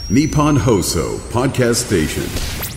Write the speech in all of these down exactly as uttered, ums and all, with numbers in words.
Nippon Hoso Podcast Station。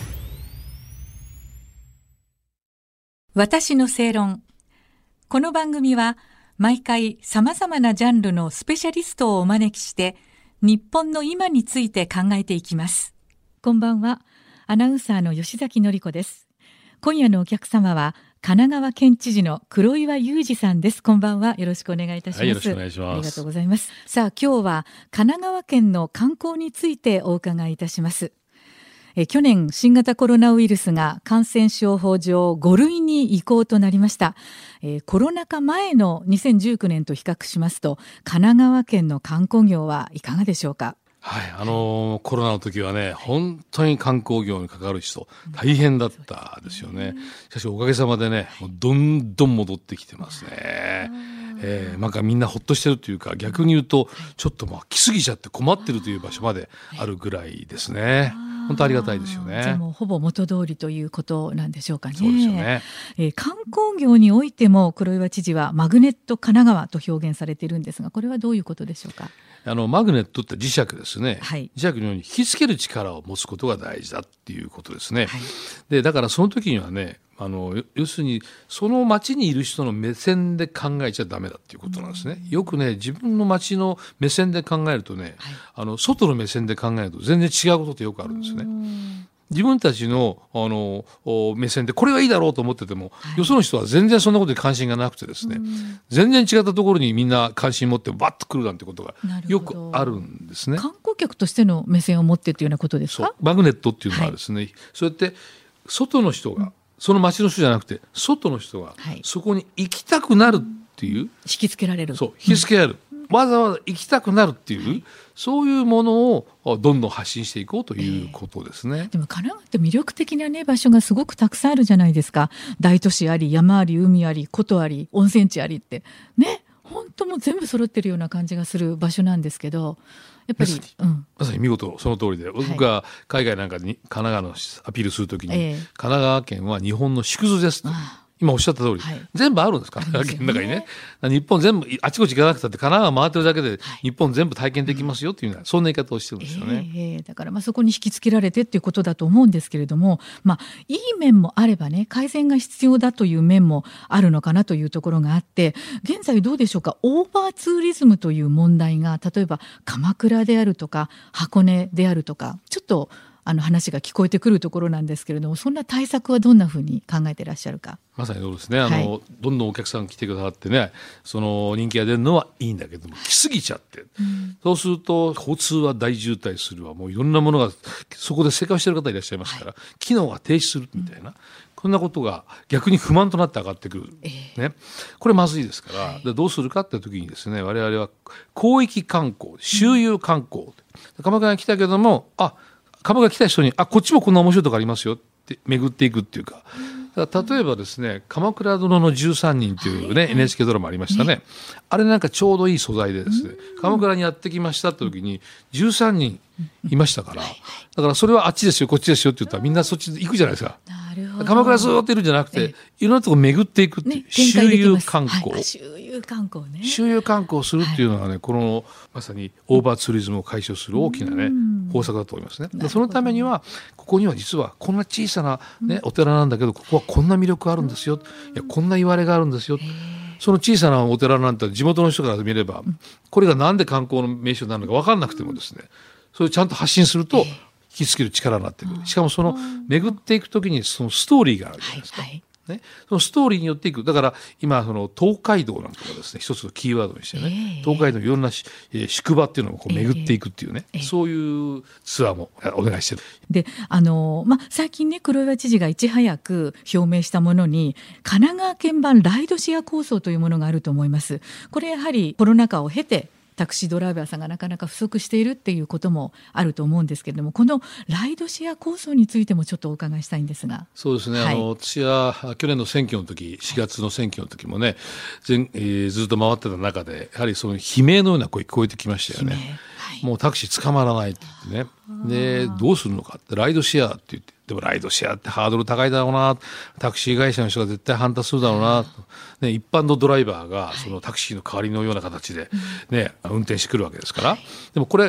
私の正論。この番組は毎回さまざまなジャンルのスペシャリストをお招きして日本の今について考えていきます。こんばんは、アナウンサーの吉崎紀子です。今夜のお客様は神奈川県知事の黒岩祐二さんです。こんばんは、よろしくお願いいたします。はい、 よろしくお願いします。 ありがとうございます。さあ、今日は神奈川県の観光についてお伺いいたします。え去年新型コロナウイルスが感染症法上ご類に移行となりました。えー、コロナ禍前のにせんじゅうきゅうねんと比較しますと、神奈川県の観光業はいかがでしょうか。 はい、あのー、コロナの時はね、本当に観光業に関わる人大変だったですよね。しかしおかげさまでね、もうどんどん戻ってきてますね。えー、なんかみんなほっとしてるというか、逆に言うとちょっとまあ来すぎちゃって困ってるという場所まであるぐらいですね。本当ありがたいですよね。 じゃあもうほぼ元通りということなんでしょうかね。 そうですよね。 えー、観光業においても黒岩知事はマグネット神奈川と表現されているんですが、これはどういうことでしょうか。 あのマグネットって磁石ですね、はい、磁石のように引きつける力を持つことが大事だっていうことですね。はい、でだからその時にはね、あの要するにその町にいる人の目線で考えちゃダメだっていうことなんですね。よくね、自分の町の目線で考えるとね、はい、あの外の目線で考えると全然違うことってよくあるんですね。自分たちの、あの目線でこれがいいだろうと思ってても、はい、よその人は全然そんなことに関心がなくてですね、全然違ったところにみんな関心持ってバッと来るなんてことがよくあるんですね。 観光客としての目線を持ってというようなことですか。 そう、マグネットっていうのはですね、はい、そうやって外の人が、うん、その町の人じゃなくて外の人がそこに行きたくなるっていう、うん、引きつけられる、 そう引きつけられる、うん、わざわざ行きたくなるっていう、はい、そういうものをどんどん発信していこうということですね。 えー、でも神奈川って魅力的な、ね、場所がすごくたくさんあるじゃないですか。大都市あり、山あり、海あり、古都あり、温泉地ありってね、本当もう全部揃ってるような感じがする場所なんですけど、やっぱり、うん、 まさに見事その通りで、僕が海外なんかに神奈川のアピールするときに、えー、神奈川県は日本の縮図ですと今おっしゃった通り、はい、全部あるんです、神奈川県の中にね。日本全部あちこち行かなくたって神奈川回ってるだけで日本全部体験できますよっていうのは、そんな言い方をしてるんですよね。 えー、だからまあそこに引きつけられてっていうことだと思うんですけれども、まあ、いい面もあればね、改善が必要だという面もあるのかなというところがあって、現在どうでしょうか。オーバーツーリズムという問題が例えば鎌倉であるとか箱根であるとか、ちょっとあの話が聞こえてくるところなんですけれども、そんな対策はどんなふうに考えていらっしゃるか。 まさにそうですね。あの、はい、どんどんお客さん来てくださってね、その人気が出るのはいいんだけども、来すぎちゃって、うん、そうすると交通は大渋滞するわ、もういろんなものがそこで生活している方いらっしゃいますから、はい、機能が停止するみたいな、うん、こんなことが逆に不満となって上がってくる、えーね、これまずいですから、はい、でどうするかって時にですね、我々は広域観光、周遊観光、うん、鎌倉に来たけども、あ鎌倉来た人に、あこっちもこんな面白いとこありますよって巡っていくっていうか、だから例えばですね、鎌倉殿のじゅうさんにんというね、はいはい、エヌエイチケー ドラマありましたね。あれなんかちょうどいい素材でですね、鎌倉にやってきましたって時にじゅうさんにんいましたから、だからそれはあっちですよこっちですよって言ったらみんなそっち行くじゃないですか。鎌倉ずっといるんじゃなくて、いろんなとこ巡っていくっていう、ね、周遊観光、はい、 周遊観光ね、 周遊観光をするっていうのはね、はい、このまさにオーバーツーリズムを解消する大きなね、方策だと思いますね。でそのためにはここには実はこんな小さな、ね、お寺なんだけど、ここはこんな魅力あるんですよ、いやこんな言われがあるんですよ。その小さなお寺なんて地元の人から見れば、これがなんで観光の名所になるのか分かんなくてもですね、それをちゃんと発信すると引きつける力になってくる。しかもその巡っていくときにそのストーリーがあるじゃないですか。はいはいね、そのストーリーによっていく。だから今その東海道なんかがですね、一つのキーワードにしてね、えー、東海道のいろんな、えー、宿場っていうのをこう巡っていくっていうね、えー、そういうツアーもお願いしてる。 で、あのま、最近ね、黒岩知事がいち早く表明したものに神奈川県版ライドシェア構想というものがあると思います。これやはりコロナ禍を経てタクシードライバーさんがなかなか不足しているっていうこともあると思うんですけれども、このライドシェア構想についてもちょっとお伺いしたいんですが。 そうですね、はい、あの私は去年の選挙の時、しがつの選挙の時もね、全えー、ずっと回ってた中でやはりその悲鳴のような声聞こえてきましたよね。はい、もうタクシー捕まらないって言ってね、でどうするのかってライドシェアって言って、でもライドシェアってハードル高いだろうな、タクシー会社の人が絶対反対するだろうな、ね、一般のドライバーがそのタクシーの代わりのような形で、ね、運転してくるわけですから、でもこれ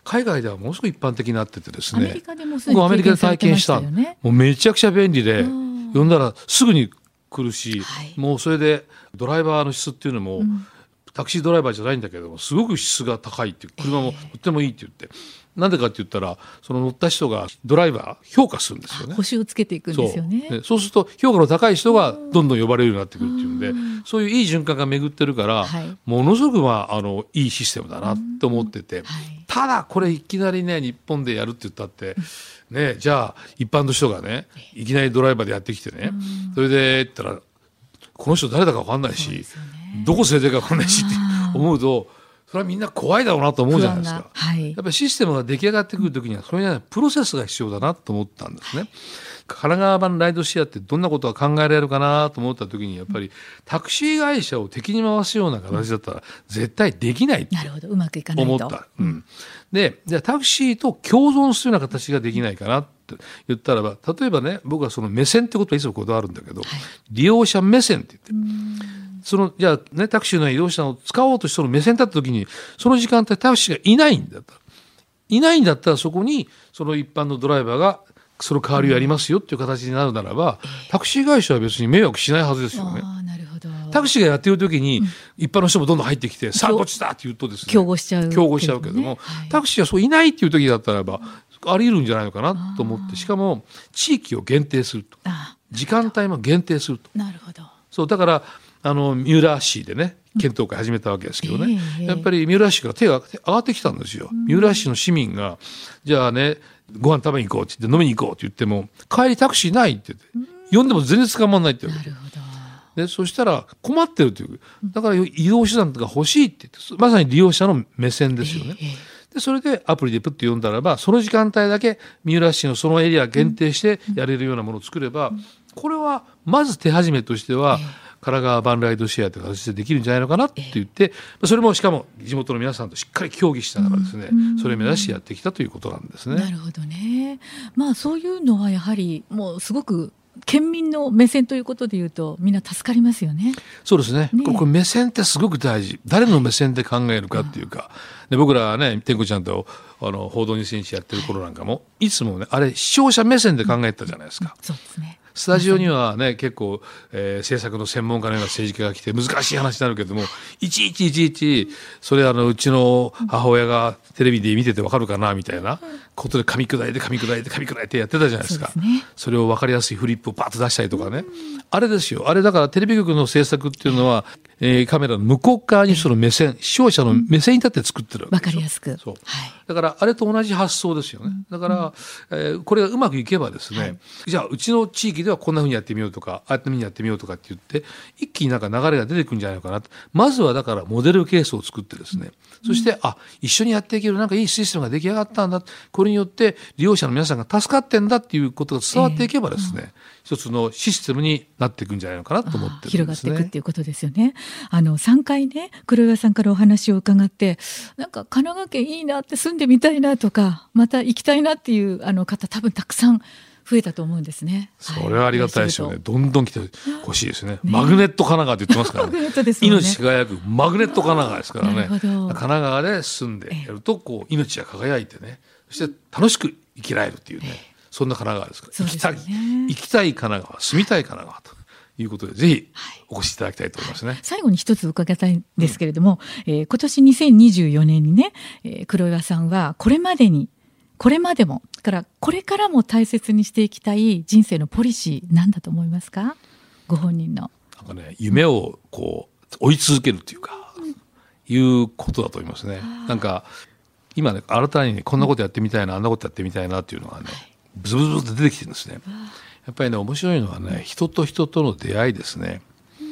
海外ではものすごく一般的になっててですね、 アメリカでもすでに僕アメリカで体験した、 経験されてましたよね。 もうめちゃくちゃ便利で、呼んだらすぐに来るし、 はい、 もうそれでドライバーの質っていうのも、うん、タクシードライバーじゃないんだけどもすごく質が高いっていう、車もとってもいいって言って、えー、なんでかって言ったらその乗った人がドライバー評価するんですよね。 星をつけていくんですよね。 そう、そうすると評価の高い人がどんどん呼ばれるようになってくるっていうんで、うん、そういういい循環が巡ってるから、はい、ものすごく、まあ、あのいいシステムだなって思ってて、うん、はい、ただこれいきなりね日本でやるって言ったって、ね、じゃあ一般の人がねいきなりドライバーでやってきてね、うん、それで言ったらこの人誰だか分かんないし、ね、どこ連れてるか分かんないしって思うとそれはみんな怖いだろうなと思うじゃないですか、はい、やっぱりシステムが出来上がってくるときにはそれにはプロセスが必要だなと思ったんですね、はい、神奈川版ライドシェアってどんなことが考えられるかなと思ったときにやっぱりタクシー会社を敵に回すような形だったら絶対できないって思った、うん、でじゃあタクシーと共存するような形ができないかなって言ったらば、例えばね僕はその目線ってことはいつもこだわるんだけど、はい、利用者目線って言ってそのじゃあねタクシーの移動者を使おうとしてその目線立った時にその時間帯タクシーがいないんだったらいないんだったらそこにその一般のドライバーがその代わりをやりますよっていう形になるならば、うん、タクシー会社は別に迷惑しないはずですよね。 あ、なるほど。タクシーがやってる時に、うん、一般の人もどんどん入ってきてさあどっちだって言うとですね競合しちゃう競合しちゃうけども、ね、はい、タクシーがそういないっていう時だったらばあり得るんじゃないのかなと思って、しかも地域を限定すると、時間帯も限定すると。 なるほど。 そうだからあの三浦市でね検討会始めたわけですけどね、えー、やっぱり三浦市から手が上がってきたんですよ、うん、三浦市の市民がじゃあねご飯食べに行こうって言って飲みに行こうって言っても帰りタクシーないって言って、うん、呼んでも全然捕まらないって言うわけ。なるほど。でそしたら困ってるという、だから移動手段が欲しいって言ってまさに利用者の目線ですよね、えーえー、でそれでアプリでプッと呼んだらばその時間帯だけ三浦市のそのエリア限定してやれるようなものを作れば、うん、これはまず手始めとしては、えー神奈川版ライドシェアという形でできるんじゃないのかなって言って、えー、それもしかも地元の皆さんとしっかり協議しながらですね、うん、それを目指してやってきたということなんですね。 なるほどね。まあそういうのはやはりもうすごく県民の目線ということでいうとみんな助かりますよね。 そうですね。ね、これ目線ってすごく大事。誰の目線で考えるかっていうか、うん、で僕らはね天子ちゃんとあの報道にせんちやってる頃なんかも、はい、いつもねあれ視聴者目線で考えてたじゃないですか、 うん、そうですね。 スタジオにはね結構、えー、政策の専門家のような政治家が来て難しい話になるけどもいちいちいちいちそれあのうちの母親がテレビで見てて分かるかなみたいなことで噛み砕いて噛み砕いて噛み砕いてやってたじゃないですか。 そうですね。それを分かりやすいフリップをパッと出したりとかね、あれですよ。あれだからテレビ局の制作っていうのは、えー、カメラの向こう側にその目線、視聴者の目線に立って作ってるわけですよ。 分かりやすく。 そう、はい、だからあれと同じ発想ですよね。だから、えー、これがうまくいけばですね、はい、じゃあうちの地域ではこんな風にやってみようとかああやってみやってみようとかって言って一気になんか流れが出てくるんじゃないのかなと。まずはだからモデルケースを作ってですね、うん、そしてあ一緒にやっていけるなんかいいシステムが出来上がったんだ、これによって利用者の皆さんが助かってんだっていうことが伝わっていけばですね、えーうん、一つのシステムになっていくんじゃないのかなと思ってるんですね。 広がっていくっていうことですよね。あのさんかいね黒岩さんからお話を伺ってなんか神奈川県いいなって住んでみたいなとかまた行きたいなっていうあの方多分たくさん増えたと思うんですね。 それはありがたいですよね、はい、どんどん来てほしいですね。マグネット神奈川って言ってますからね。ね命輝くマグネット神奈川ですからね。神奈川で住んでやるとこう命が輝いてね、そして楽しく生きられるっていうね、そんな神奈川ですから、ね、行きたい行きたい神奈川住みたい神奈川ということでぜひお越しいただきたいと思いますね。はい、 最後に一つ伺いたいんですけれども、うんえー、今年にせんにじゅうよねんにね、えー、黒岩さんはこれまでにこれまでもからこれからも大切にしていきたい人生のポリシーなんだと思いますか？ご本人のなんか、ね、夢をこう追い続けるというか、うん、いうことだと思いますね。なんか今ね新たに、ね、こんなことやってみたいな、うん、あんなことやってみたいなっていうのがねブズブズブズって出てきてるんですね。やっぱりね面白いのはね人と人との出会いですね。うん、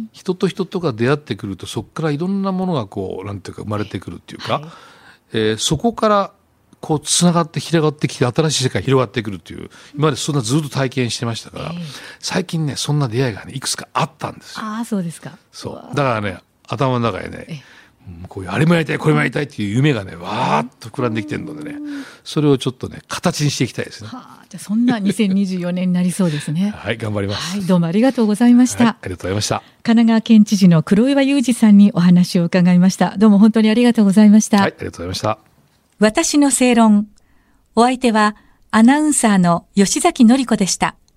人と人とが出会ってくるとそこからいろんなものがこうなんていうか生まれてくるっていうか、はいえー、そこからこうつながって広がってきて新しい世界が広がってくるという今までそんなずっと体験してましたから、えー、最近ねそんな出会いがねいくつかあったんですよ。 ああそうですか。 そうだからね頭の中でね、えーこういうあれもやりたいこれもやりたいっていう夢がねわーっと膨らんできてるのでねそれをちょっとね形にしていきたいですね。 はあ、じゃあそんなにせんにじゅうよねんになりそうですね。 はい頑張ります、 はい、どうもありがとうございました、 はい、ありがとうございました。 神奈川県知事の黒岩祐二さんにお話を伺いました。どうも本当にありがとうございました。 はいありがとうございました。 私の正論。お相手はアナウンサーの吉崎のり子でした。